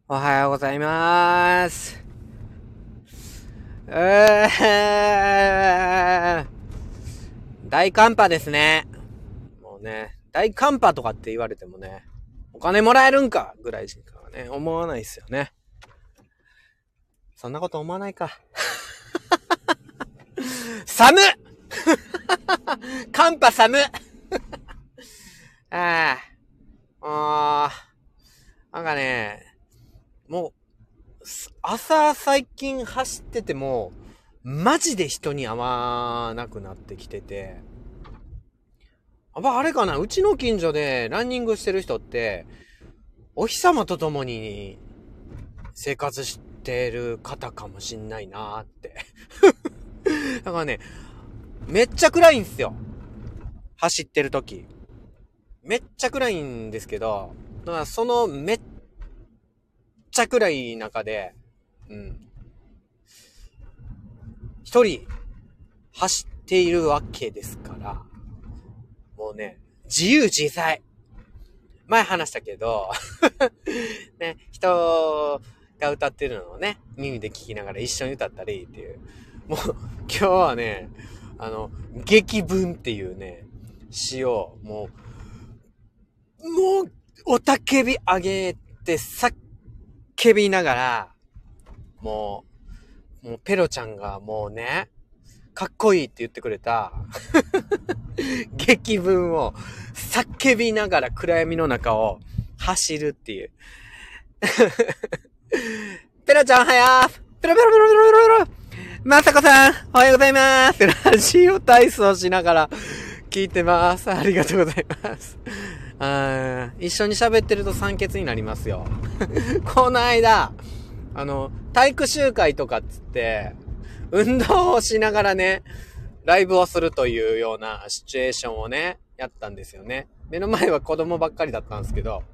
おはようございます。大寒波ですね。もうね、大寒波とかって言われてもね、お金もらえるんかぐらいしかね、思わないっすよね。そんなこと思わないか。寒っ寒波寒っなんかね、もう、朝最近走ってても、マジで人に会わなくなってきてて、あれかな、うちの近所でランニングしてる人って、お日様と共に生活してる方かもしんないなーって。だからね、めっちゃ暗いんすよ。走ってる時。めっちゃ暗いんですけど、だからそのめっちゃ暗い中で、一人走っているわけですから、もうね、自由自在。前話したけど、ね、人が歌ってるのをね、耳で聞きながら一緒に歌ったりっていう。もう、今日はね、激文っていうね、詩を、もう、おたけび上げて、叫びながら、もうペロちゃんがもうね、かっこいいって言ってくれた、激文を叫びながら暗闇の中を走るっていう。ペロちゃんはやーペロペロペロペロペロペロまさこさんおはようございますラジオ体操しながら聞いてます。ありがとうございます。一緒に喋ってると酸欠になりますよ。この間、体育集会とかっつって、運動をしながらね、ライブをするというようなシチュエーションをね、やったんですよね。目の前は子供ばっかりだったんですけど、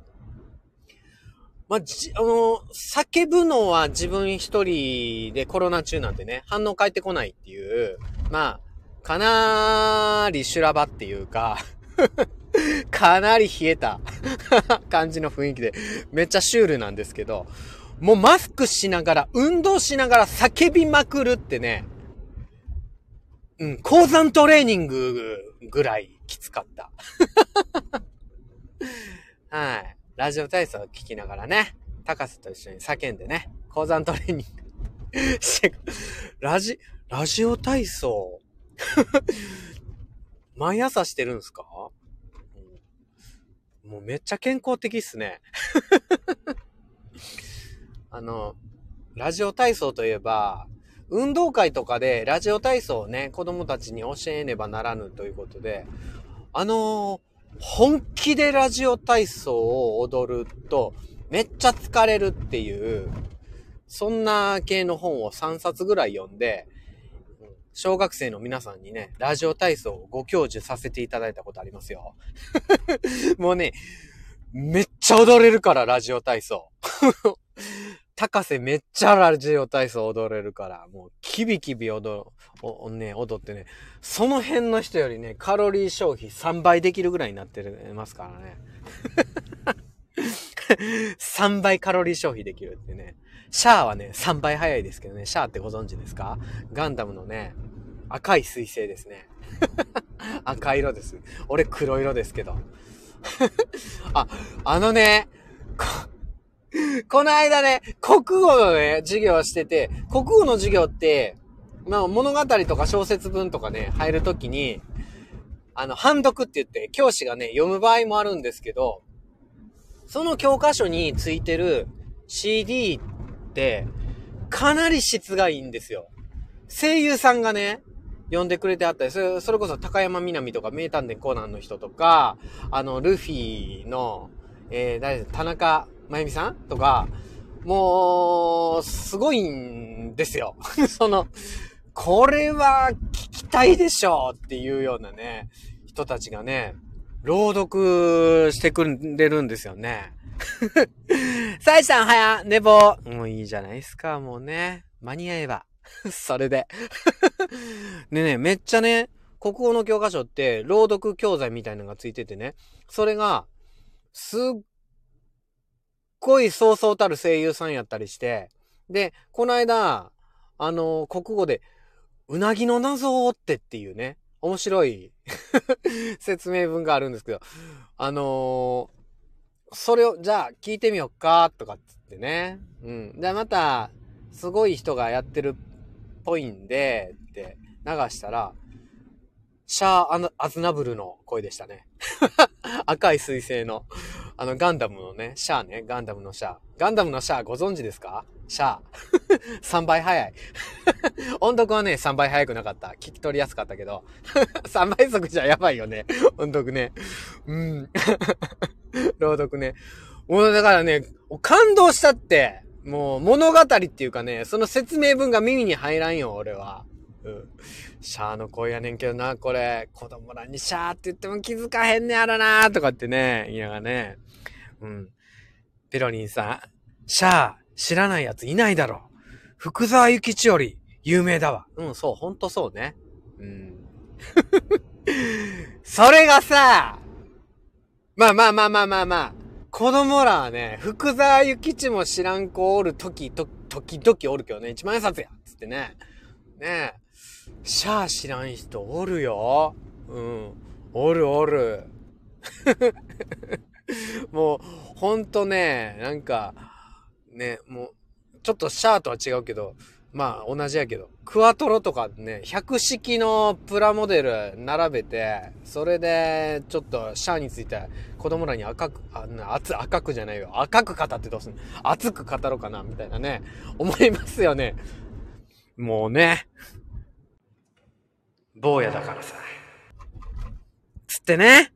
叫ぶのは自分一人でコロナ中なんでね、反応返ってこないっていう、かなり修羅場っていうか、かなり冷えた感じの雰囲気で、めっちゃシュールなんですけど、もうマスクしながら、運動しながら叫びまくるってね、高山トレーニングぐらいきつかった。はい。ラジオ体操を聞きながらね、高瀬と一緒に叫んでね、高山トレーニングしてラジオ体操毎朝してるんすか？もうめっちゃ健康的っすね。ラジオ体操といえば、運動会とかでラジオ体操をね、子供たちに教えねばならぬということで、本気でラジオ体操を踊ると、めっちゃ疲れるっていう、そんな系の本を3冊ぐらい読んで、小学生の皆さんにね、ラジオ体操をご教授させていただいたことありますよ。もうね、めっちゃ踊れるから、ラジオ体操。高瀬めっちゃラジオ体操踊れるから、もうキビキビ踊ってね、その辺の人よりね、カロリー消費3倍できるぐらいになってますからね。3倍カロリー消費できるってね。シャアはね、3倍早いですけどね。シャアってご存知ですか？ガンダムのね、赤い彗星ですね。赤色です。俺黒色ですけど。この間ね、国語のね、授業をしてて、国語の授業って、物語とか小説文とかね、入るときに、判読って言って、教師がね、読む場合もあるんですけど、その教科書についてる CD って、かなり質がいいんですよ。声優さんがね、読んでくれてあったり、それこそ高山みなみとか、名探偵コナンの人とか、ルフィの、田中真由美さんとか、もう、すごいんですよ。これは聞きたいでしょっていうようなね、人たちがね、朗読してくれるんですよね。サイさん早寝坊。もういいじゃないですか、もうね。間に合えば。それで。でね、めっちゃね、国語の教科書って朗読教材みたいなのがついててね、それが、すっごいそうそうたる声優さんやったりして、で、この間、国語で、うなぎの謎っていうね、面白い説明文があるんですけど、それを、じゃあ聞いてみよっか、とかっつってね。うん。じゃあまた、すごい人がやってるっぽいんで、って流したら、アズナブルの声でしたね。赤い彗星の、ガンダムのね、ガンダムのシャア。ガンダムのシャアご存知ですか？シャア。3倍早い。音読はね、3倍早くなかった。聞き取りやすかったけど。3倍速じゃやばいよね。音読ね。うん。朗読ね。もうだからね、感動したって。もう物語っていうかね、その説明文が耳に入らんよ、俺は。うん。シャーの声やねんけどな、これ。子供らにシャーって言っても気づかへんねやろな、とかってね、言いながらね。うん。ペロリンさん、シャー、知らないやついないだろ。福沢諭吉より有名だわ。うん、そう、ほんとそうね。うん。それがさ、まあ。子供らはね、福沢諭吉も知らん子おる時々おるけどね、一万円札やつってね。ねえ。シャア知らん人おるよ。うん。おる。もう、ほんとね、なんか、ね、もう、ちょっとシャアとは違うけど、まあ同じやけど、クワトロとかね、100式のプラモデル並べて、それで、ちょっとシャアについて子供らに赤くじゃないよ。赤く語ってどうすんの？熱く語ろうかな、みたいなね、思いますよね。もうね、坊やだからさ。つってね。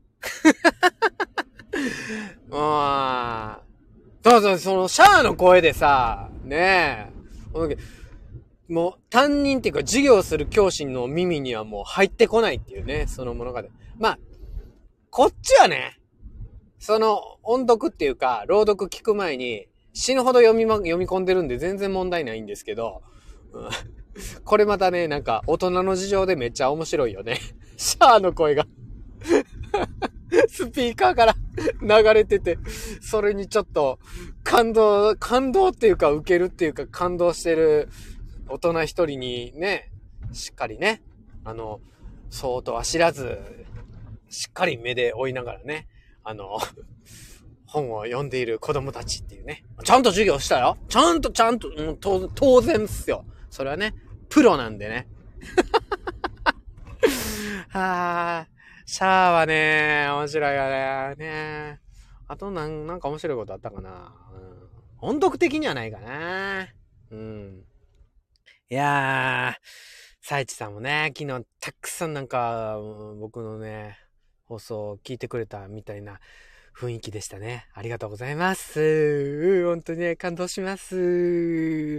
もう、そう、そのシャアの声でさ、ねえ、もう担任っていうか授業する教師の耳にはもう入ってこないっていうね、その物語。まあ、こっちはね、その音読っていうか朗読聞く前に死ぬほど読み込んでるんで全然問題ないんですけど、うん、これまたね、なんか大人の事情でめっちゃ面白いよね。シャアの声がスピーカーから流れてて、それにちょっと感動っていうか受けるっていうか感動してる大人一人にね、しっかりね、そうとは知らず、しっかり目で追いながらね、本を読んでいる子供たちっていうね。ちゃんと授業したよ。ちゃんと、当然っすよ。それはね、プロなんでね。シャアはね、面白いよね。あとなんか面白いことあったかな。うん、音読的にはないかな。うん。いやー、サイチさんもね、昨日たくさんなんか、僕のね、放送を聞いてくれたみたいな雰囲気でしたね。ありがとうございます。本当にね、感動します。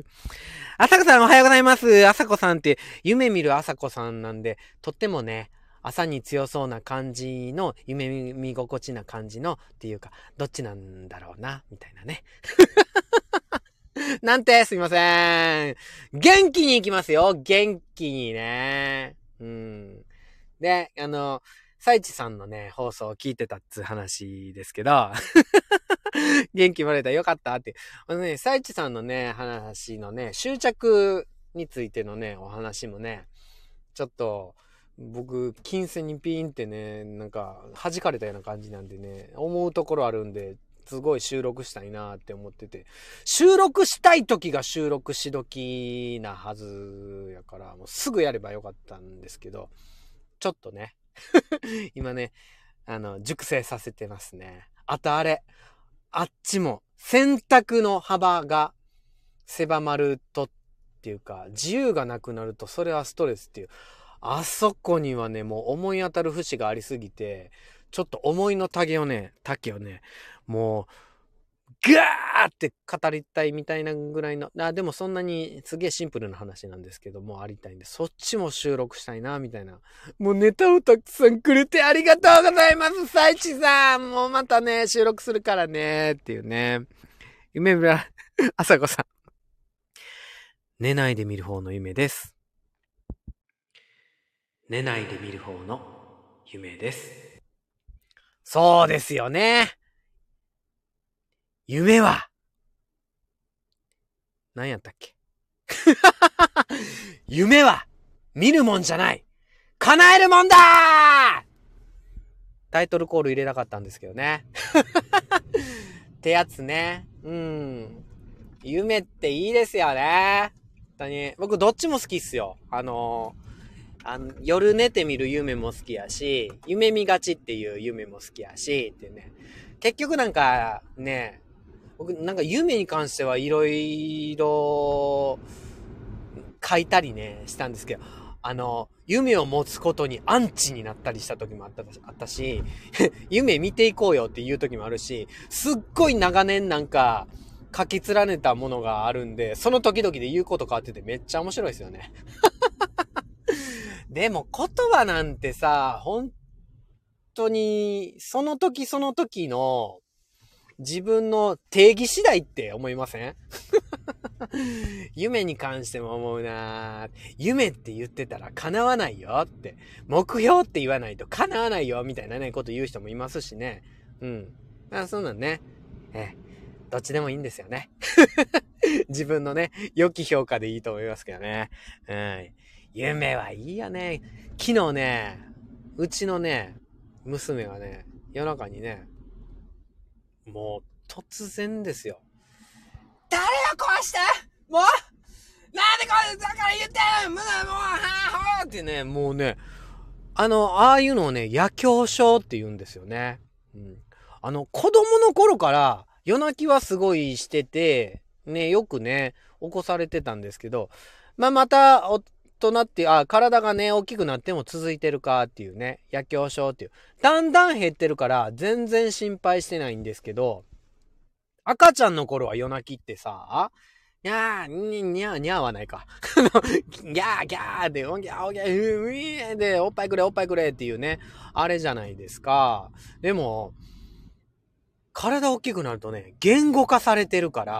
あさこさんおはようございます。あさこさんって夢見るあさこさんなんで、とってもね、朝に強そうな感じの、夢見心地な感じのっていうか、どっちなんだろうな、みたいなね。なんて、すいません。元気に行きますよ。元気にね。うん。で、サイチさんのね、放送を聞いてたっつ話ですけど、元気もらえたらよかったって。サイチさんのね、話のね、執着についてのね、お話もね、ちょっと、僕、金銭にピーンってね、なんか、弾かれたような感じなんでね、思うところあるんで、すごい収録したいなって思ってて、収録したい時が収録し時なはずやから、もうすぐやればよかったんですけど、ちょっとね、今ね、熟成させてますね。あとあれ、あっちも、選択の幅が狭まるとっていうか、自由がなくなると、それはストレスっていう。あそこにはね、もう思い当たる節がありすぎて、ちょっと思いの丈をね、もう、ガーって語りたいみたいなぐらいの、でもそんなにすげえシンプルな話なんですけども、ありたいんで、そっちも収録したいな、みたいな。もうネタをたくさんくれてありがとうございます、サイチさん。もうまたね、収録するからね、っていうね。夢村、あさこさん。寝ないで見る方の夢です。寝ないで見る方の夢です。そうですよね。夢は何やったっけ夢は見るもんじゃない、叶えるもんだー。タイトルコール入れなかったんですけどね。ってやつね。夢っていいですよね。本当に。僕どっちも好きっすよ。夜寝てみる夢も好きやし、夢見がちっていう夢も好きやし、ってね。結局なんかね、僕なんか夢に関してはいろいろ書いたりね、したんですけど、夢を持つことにアンチになったりした時もあったし、夢見ていこうよっていう時もあるし、すっごい長年なんか書き連ねたものがあるんで、その時々で言うこと変わっててめっちゃ面白いですよね。でも言葉なんてさ、本当にその時その時の自分の定義次第って思いません？夢に関しても思うな。夢って言ってたら叶わないよって。目標って言わないと叶わないよみたいなね、こと言う人もいますしね。そうなんね。どっちでもいいんですよね。自分のね、良き評価でいいと思いますけどね。夢はいいよね。昨日ね、うちのね、娘がね、夜中にね、もう突然ですよ。誰が壊したもうなんでこれだから言ってんもうはぁってね、もうね、ああいうのをね、夜狂症って言うんですよね。子供の頃から夜泣きはすごいしてて、ね、よくね、起こされてたんですけど、また大人って、体がね、大きくなっても続いてるかっていうね、夜狂症っていう。だんだん減ってるから全然心配してないんですけど、赤ちゃんの頃は夜泣きってさ、にゃーはないか。ギャーギャーで、おぎゃおぎゃ、で、おっぱいくれおっぱいくれっていうね、あれじゃないですか。でも、体大きくなるとね、言語化されてるから、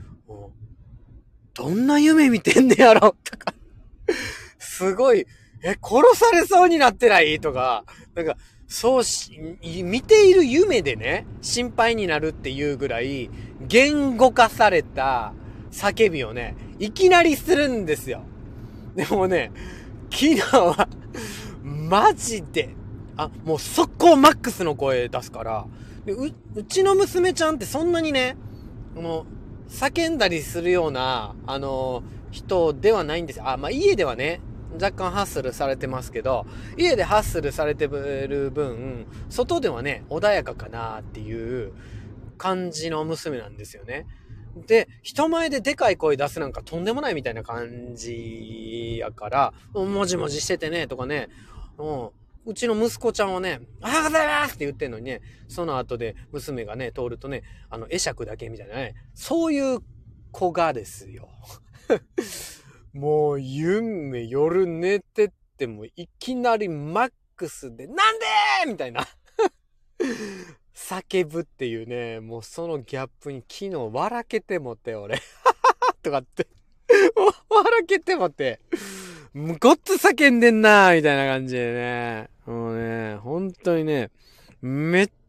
どんな夢見てんねやろとか、すごい、殺されそうになってないとか、なんか、見ている夢でね、心配になるっていうぐらい、言語化された叫びをね、いきなりするんですよ。でもね、昨日は、マジで、もう速攻マックスの声出すから、うちの娘ちゃんってそんなにね、叫んだりするような、人ではないんですよ。家ではね、若干ハッスルされてますけど、家でハッスルされてる分、外ではね、穏やかかなっていう感じの娘なんですよね。で、人前ででかい声出すなんかとんでもないみたいな感じやから、もじもじしててね、とかね、うちの息子ちゃんはね、おはようございますって言ってんのにね、その後で娘がね、通るとね、会釈だけみたいなね、そういう子がですよ。もう夜寝てってもいきなりマックスで、なんでーみたいな。叫ぶっていうね、もうそのギャップに昨日笑けてもって俺。とかって。笑けてもって。もうごっつ叫んでんなーみたいな感じでね。もうね、本当にね、めっ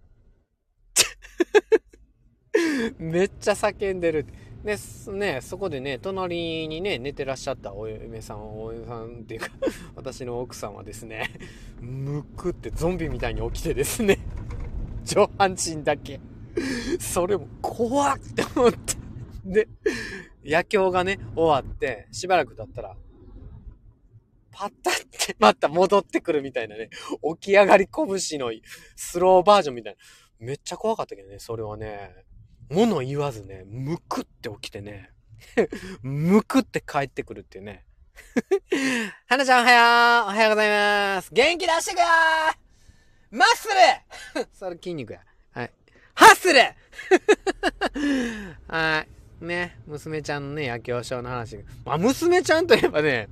ちゃ叫んでる。で、ね、そこでね、隣にね、寝てらっしゃったお嫁さんっていうか、私の奥さんはですね、むくってゾンビみたいに起きてですね、上半身だけ。それも怖って思って。で、夜狂がね、終わって、しばらく経ったら、パタってまた戻ってくるみたいなね、起き上がり拳のスローバージョンみたいな。めっちゃ怖かったけどね、それはね、物言わずね、むくって起きてね、むくって帰ってくるっていうね。はなちゃんおはようございます。元気出してくよーマッスルそれ筋肉や。はい。ハッスルはい。ね、娘ちゃんのね、夜狂症の話。娘ちゃんといえばね、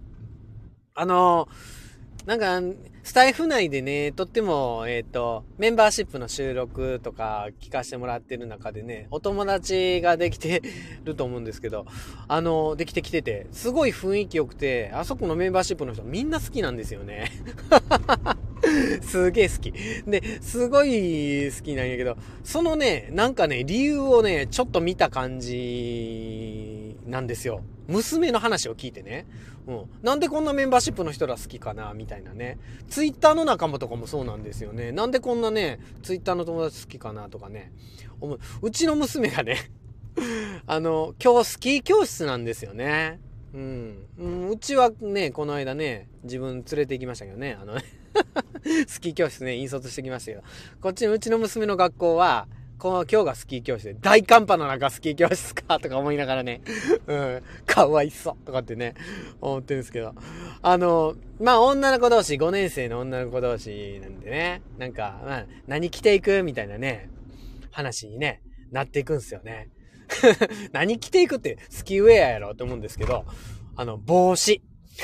なんか、スタイフ内でね、とっても、メンバーシップの収録とか聞かせてもらってる中でね、お友達ができてると思うんですけど、できてきてて、すごい雰囲気良くて、あそこのメンバーシップの人みんな好きなんですよね。すげえ好き。で、すごい好きなんやけど、そのね、なんかね、理由をね、ちょっと見た感じなんですよ。娘の話を聞いてね。なんでこんなメンバーシップの人ら好きかなみたいなね。ツイッターの仲間とかもそうなんですよね。なんでこんなね、ツイッターの友達好きかなとかね。うちの娘がね、今日スキー教室なんですよね。うちはね、この間ね、自分連れて行きましたけどね、スキー教室ね、引率してきましたけど、こっちのうちの娘の学校は、今日がスキー教室で、大寒波の中スキー教室か、とか思いながらね、かわいそう、とかってね、思ってるんですけど、女の子同士、5年生の女の子同士なんでね、なんか、何着ていくみたいなね、話にね、なっていくんですよね。何着ていくってスキーウェアやろって思うんですけど、帽子。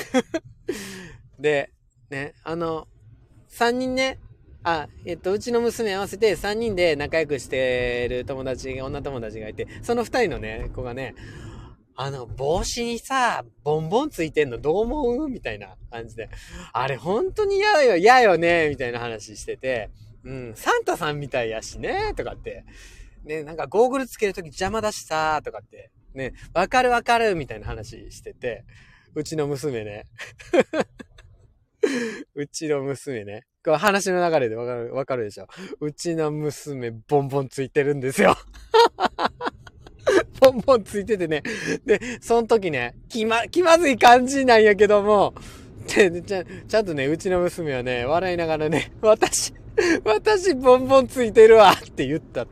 で、ね、3人ね、うちの娘合わせて3人で仲良くしてる女友達がいて、その2人のね、子がね、帽子にさ、ボンボンついてんのどう思うみたいな感じで、あれ本当に嫌よねみたいな話してて、サンタさんみたいやしねとかって、ね、なんかゴーグルつけるとき邪魔だしさとかって、ね、わかるみたいな話してて、うちの娘ね。うちの娘ね。こう話の流れでわかるでしょ。うちの娘、ボンボンついてるんですよ。ボンボンついててね。で、その時ね、気まずい感じなんやけども、ちゃんとね、うちの娘はね、笑いながらね、私、ボンボンついてるわって言ったって。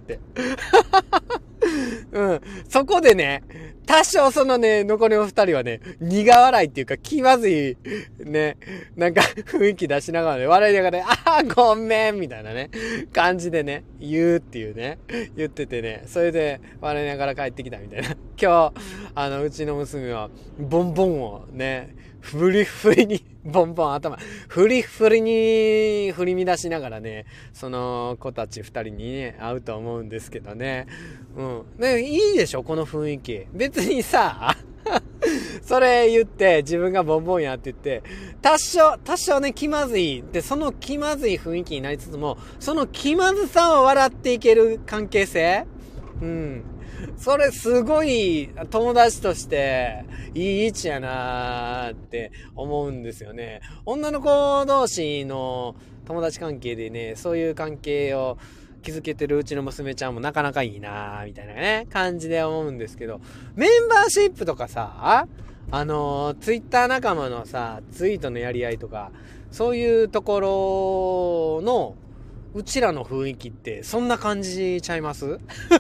そこでね、多少そのね、残りの二人はね、苦笑いっていうか気まずい、ね、なんか雰囲気出しながらね、笑いながらね、ごめんみたいなね、感じでね、言うっていうね、言っててね、それで笑いながら帰ってきたみたいな。今日、うちの娘は、ボンボンをね、フリフリに、ボンボン頭、フリフリに振り乱しながらね、その子たち二人にね、会うと思うんですけどね。ね、いいでしょこの雰囲気。別にさ、それ言って、自分がボンボンやって言って、多少ね、気まずい。で、その気まずい雰囲気になりつつも、その気まずさを笑っていける関係性それすごい友達としていい位置やなーって思うんですよね。女の子同士の友達関係でね、そういう関係を築けてるうちの娘ちゃんもなかなかいいなーみたいなね、感じで思うんですけど、メンバーシップとかさ、ツイッター仲間のさ、ツイートのやり合いとか、そういうところのうちらの雰囲気ってそんな感じちゃいます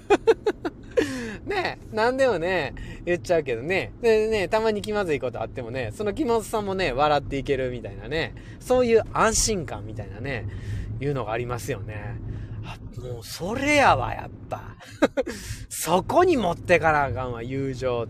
ねえ、なんでもね、言っちゃうけどね。でね、たまに気まずいことあってもね、その気まずさもね、笑っていけるみたいなね、そういう安心感みたいなね、いうのがありますよね。もう、それやわ、やっぱ。そこに持ってかなあかんわ、友情って。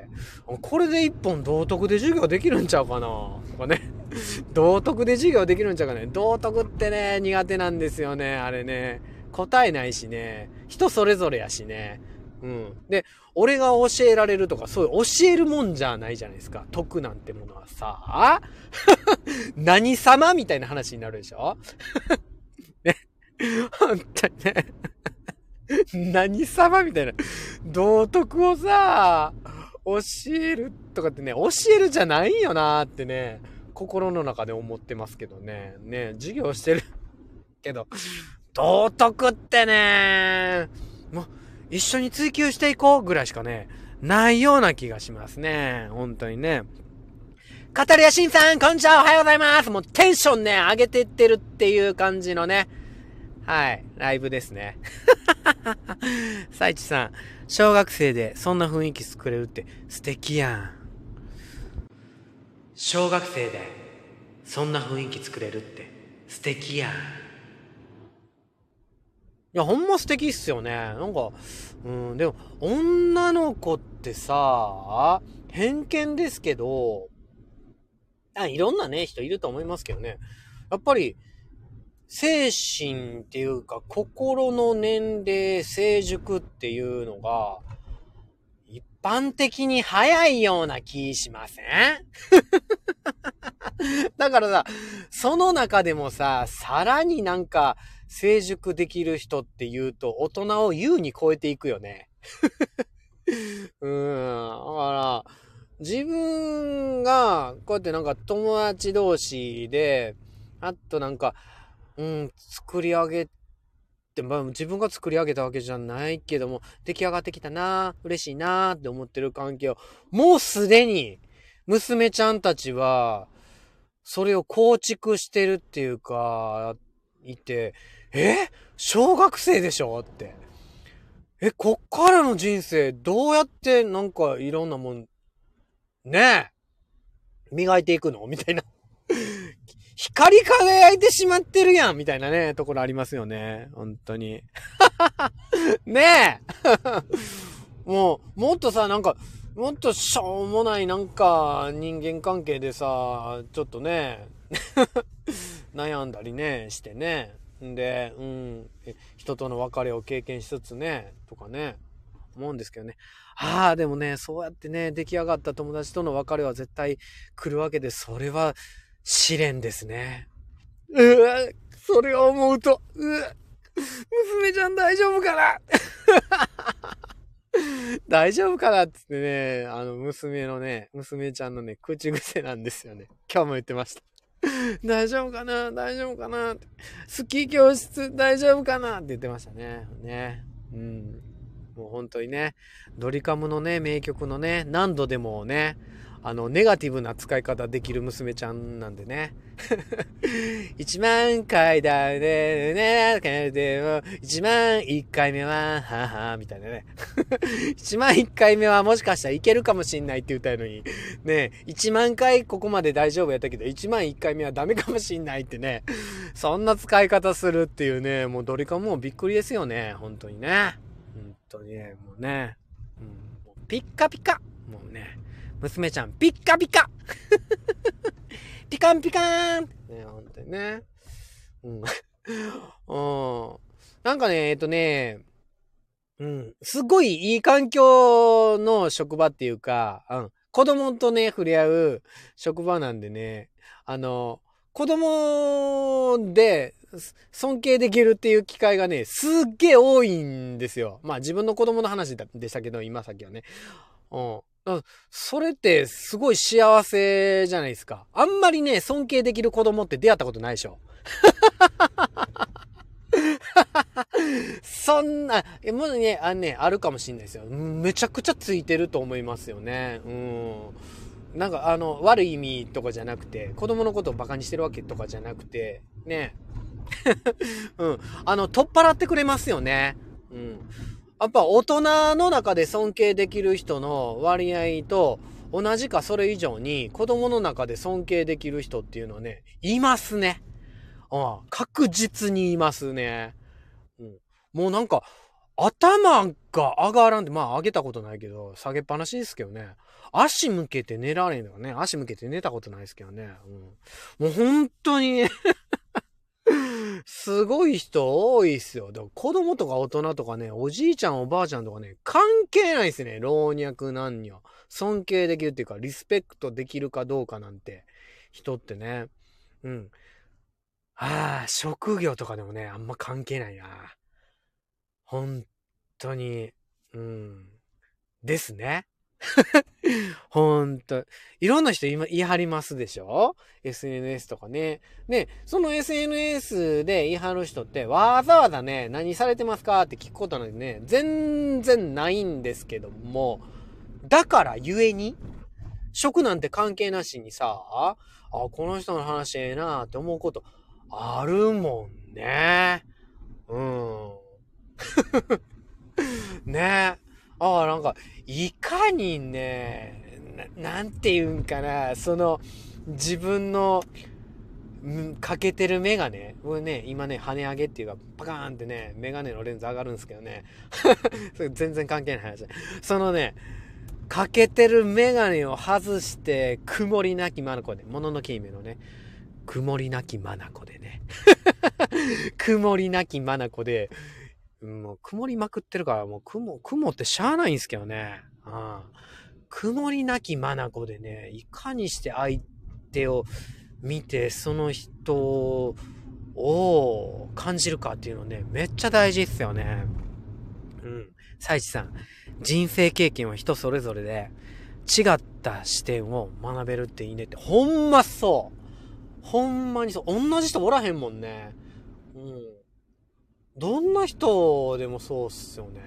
これで一本道徳で授業できるんちゃうかなとかね。道徳で授業できるんちゃうかね。道徳ってね、苦手なんですよね、あれね。答えないしね。人それぞれやしね。で、俺が教えられるとか、そういう教えるもんじゃないじゃないですか。徳なんてものはさ、何様みたいな話になるでしょね。本当にね。何様みたいな。道徳をさ、教えるとかってね、教えるじゃないよなーってね、心の中で思ってますけどね。ね、授業してるけど、道徳ってね、もう、一緒に追求していこうぐらいしかね、ないような気がしますね。本当にね。カタリアシンさん、こんにちは、おはようございます。もうテンションね、上げてってるっていう感じのね、はい、ライブですね。サイチさん、小学生でそんな雰囲気作れるって素敵やん。小学生でそんな雰囲気作れるって素敵やん。いや、ほんま素敵っすよね。なんか、でも、女の子ってさ、偏見ですけど、いろんなね、人いると思いますけどね。やっぱり、精神っていうか、心の年齢、成熟っていうのが、一般的に早いような気しませんだからさ、その中でもさ、さらになんか、成熟できる人って言うと、大人を優に超えていくよね。だか自分が、こうやってなんか友達同士で、あとなんか、作り上げて、まあ自分が作り上げたわけじゃないけども、出来上がってきたな、嬉しいなって思ってる関係を、もうすでに、娘ちゃんたちは、それを構築してるっていうか、いて、小学生でしょって。こっからの人生、どうやってなんかいろんなもん、ね磨いていくのみたいな。光り輝いてしまってるやんみたいなね、ところありますよね。本当に。ねもっとさ、なんか、もっとしょうもないなんか人間関係でさ、ちょっとね、悩んだりね、してね。んで、人との別れを経験しつつね、とかね、思うんですけどね。でもね、そうやってね、出来上がった友達との別れは絶対来るわけで、それは試練ですね。それを思うと、娘ちゃん大丈夫かな大丈夫かなってね、娘ちゃんのね、口癖なんですよね。今日も言ってました。大丈夫かな大丈夫かなスキー教室大丈夫かなって言ってましたね。もう本当にね、ドリカムのね、名曲のね、何度でもね、ネガティブな使い方できる娘ちゃんなんでね。1万回だね、でも、1万1回目は、はは、みたいなね。1万1回目はもしかしたらいけるかもしんないって言ったのに、ね、1万回ここまで大丈夫やったけど、1万1回目はダメかもしんないってね、そんな使い方するっていうね、もうドリカムもびっくりですよね、本当にね。本当にね、もうね、もうピッカピカ。もうね、娘ちゃんピッカピカピカンピカーンね、本当にね。なんかね、すごいいい環境の職場っていうか、子供とね、触れ合う職場なんでね、子供で尊敬できるっていう機会がね、すっげえ多いんですよ。まあ自分の子供の話でしたけど、今さっきはね。それってすごい幸せじゃないですか。あんまりね、尊敬できる子供って出会ったことないでしょ。そんな、もうね、あるかもしれないですよ。めちゃくちゃついてると思いますよね。なんか、悪い意味とかじゃなくて、子供のことをバカにしてるわけとかじゃなくて、ね。取っ払ってくれますよね。やっぱ大人の中で尊敬できる人の割合と、同じかそれ以上に子供の中で尊敬できる人っていうのはね、いますね。確実にいますね。もうなんか、頭が上がらんで、まあ上げたことないけど、下げっぱなしですけどね。足向けて寝られんのよね。足向けて寝たことないですけどね。もう本当にすごい人多いっすよ。だから子供とか大人とかね、おじいちゃんおばあちゃんとかね、関係ないっすね。老若男女。尊敬できるっていうか、リスペクトできるかどうかなんて、人ってね。職業とかでもね、あんま関係ないな。本当に、ですね。ほんと。いろんな人今言い張りますでしょ ?SNS とかね。で、その SNS で言い張る人ってわざわざね、何されてますかって聞くことなんでね、全然ないんですけども、だからゆえに、職なんて関係なしにさ、この人の話ええなって思うことあるもんね。ね。なんか、いかにね、なんて言うんかな、自分の、かけてるメガネ。これね、今ね、跳ね上げっていうか、パカーンってね、メガネのレンズ上がるんですけどね。それ全然関係ない話。そのね、かけてるメガネを外して、曇りなき眼で、もののけ姫のね、曇りなき眼でね。曇りなき眼で、もう曇りまくってるから、もう雲ってしゃあないんですけどね。曇りなき眼でね、いかにして相手を見て、その人を感じるかっていうのね、めっちゃ大事っすよね。サイチさん、人生経験は人それぞれで、 違った視点を学べるっていいねって、ほんまそう。ほんまにそう。同じ人おらへんもんね。うん。どんな人でもそうっすよね。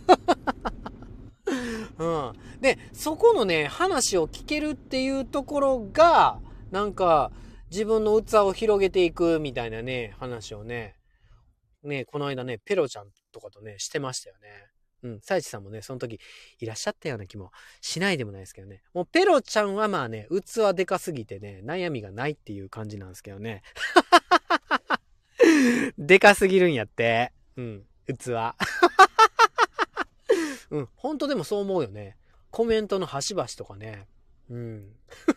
うん。で、そこのね、話を聞けるっていうところが、なんか、自分の器を広げていくみたいなね、話をね、この間ね、ペロちゃんとかとね、してましたよね。うん。サイチさんもね、その時いらっしゃったような気もしないでもないですけどね。もうペロちゃんはまあね、器でかすぎてね、悩みがないっていう感じなんですけどね。でかすぎるんやって。うん。器。うん。本当でもそう思うよね。コメントの端々とかね。うん。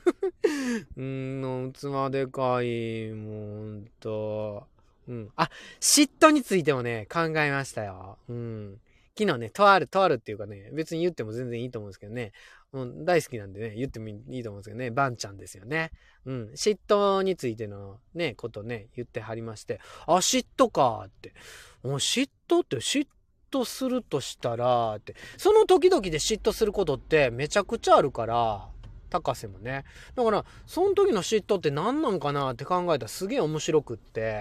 の器でかい。もう、ほんと。うん。あ、嫉妬についてもね、考えましたよ。うん。昨日ね、とあるっていうかね、別に言っても全然いいと思うんですけどね。うん、大好きなんでね、言ってもいいと思うんですけどね、バンちゃんですよね。うん。嫉妬についてのね、ことね、言ってはりまして、あ、嫉妬かって。嫉妬って嫉妬するとしたら、って、その時々で嫉妬することってめちゃくちゃあるから、高瀬もね。だから、その時の嫉妬って何なんかなって考えたらすげえ面白くって、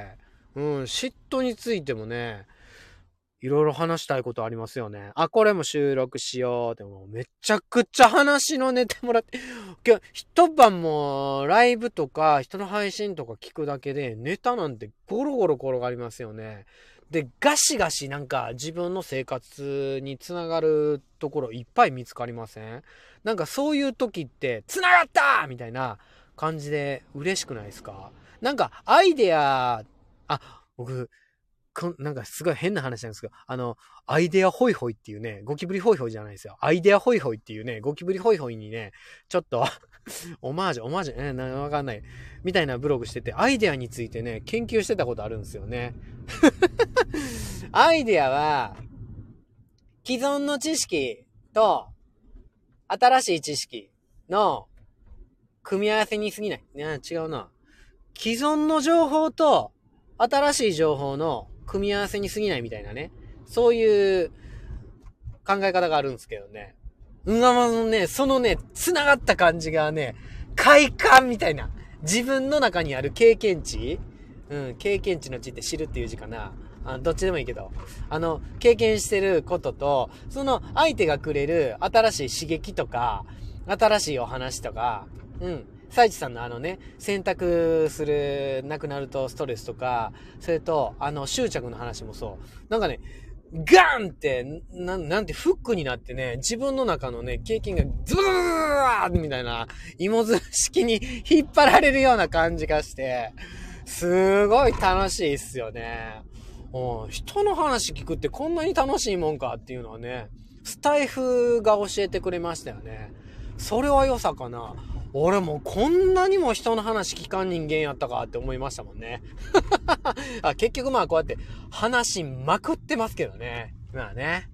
うん、嫉妬についてもね、いろいろ話したいことありますよね。あ、これも収録しようって、もうめちゃくちゃ話のネタもらって、今日一晩もライブとか人の配信とか聞くだけでネタなんてゴロゴロ転がりますよね。で、ガシガシなんか自分の生活につながるところいっぱい見つかりません？なんかそういう時って、つながったみたいな感じで嬉しくないですか？なんかアイデア、僕、なんかすごい変な話なんですけど、アイデアホイホイっていうね、ゴキブリホイホイじゃないですよ。アイデアホイホイっていうね、ゴキブリホイホイにね、ちょっとオマージュ、わかんない。みたいなブログしてて、アイデアについてね、研究してたことあるんですよね。アイデアは、既存の知識と、新しい知識の組み合わせに過ぎない。違うな。既存の情報と、新しい情報の組み合わせに過ぎないみたいなね。そういう考え方があるんですけどね。そのね、繋がった感じがね、快感みたいな。自分の中にある経験値、経験値の値って知るっていう字かな。どっちでもいいけど。経験してることと、その相手がくれる新しい刺激とか、新しいお話とか、サイチさんの選択する、なくなるとストレスとか、それと、執着の話もそう。なんかね、ガーンって、なんてフックになってね、自分の中のね、経験がズーッみたいな、芋づる式に引っ張られるような感じがして、すごい楽しいっすよね。人の話聞くってこんなに楽しいもんかっていうのはね、スタイフが教えてくれましたよね。それは良さかな。俺もこんなにも人の話聞かん人間やったかって思いましたもんね。結局まあこうやって話しまくってますけどね。まあね。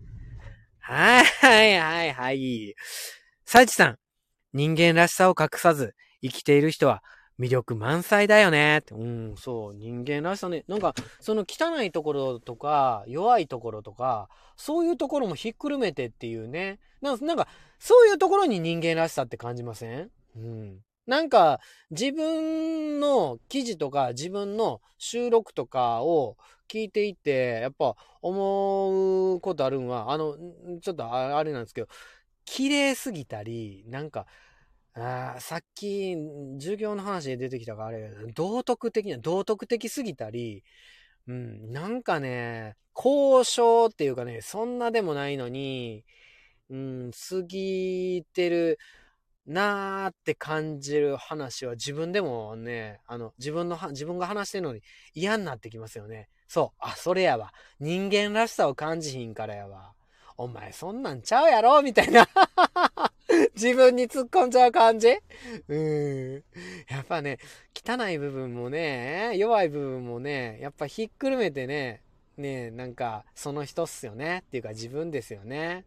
はい。サイチさん、人間らしさを隠さず生きている人は魅力満載だよね。そう、人間らしさね。なんか、その汚いところとか、弱いところとか、そういうところもひっくるめてっていうね。なんか、そういうところに人間らしさって感じません？なんか、自分の記事とか、自分の収録とかを聞いていて、やっぱ思うことあるんは、ちょっとあれなんですけど、綺麗すぎたり、なんか、さっき、授業の話で出てきたからあれ、道徳的すぎたり、なんかね、交渉っていうかね、そんなでもないのに、過ぎてるなーって感じる話は自分でもね、自分が話してるのに嫌になってきますよね。そう。それやわ。人間らしさを感じひんからやわ。お前そんなんちゃうやろみたいな。自分に突っ込んじゃう感じ。やっぱね、汚い部分もね、弱い部分もね、やっぱひっくるめてね、なんか、その人っすよね。っていうか自分ですよね。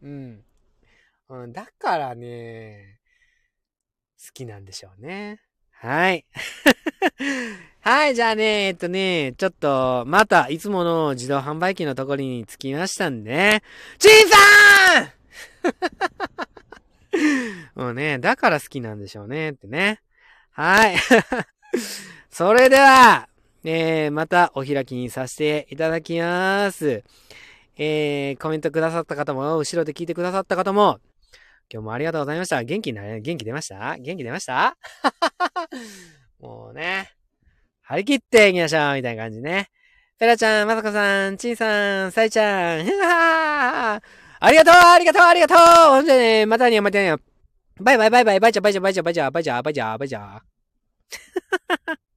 だからね、好きなんでしょうね。はい。はい、じゃあね、ちょっと、また、いつもの自動販売機のところに着きましたんでね。ちんさもうね、だから好きなんでしょうね、ってね。はい。それでは、またお開きにさせていただきます。コメントくださった方も、後ろで聞いてくださった方も、今日もありがとうございました。元気出ました？元気出ました？もうね、張り切っていきましょうみたいな感じね。ペラちゃん、まさこさん、ちんさん、さいちゃん、ありがとうありがとうありがとうほんとね、またね、またね。バイバイバイバイバイチャバイチャバイチャバイチャバイチャバイチャバイチャ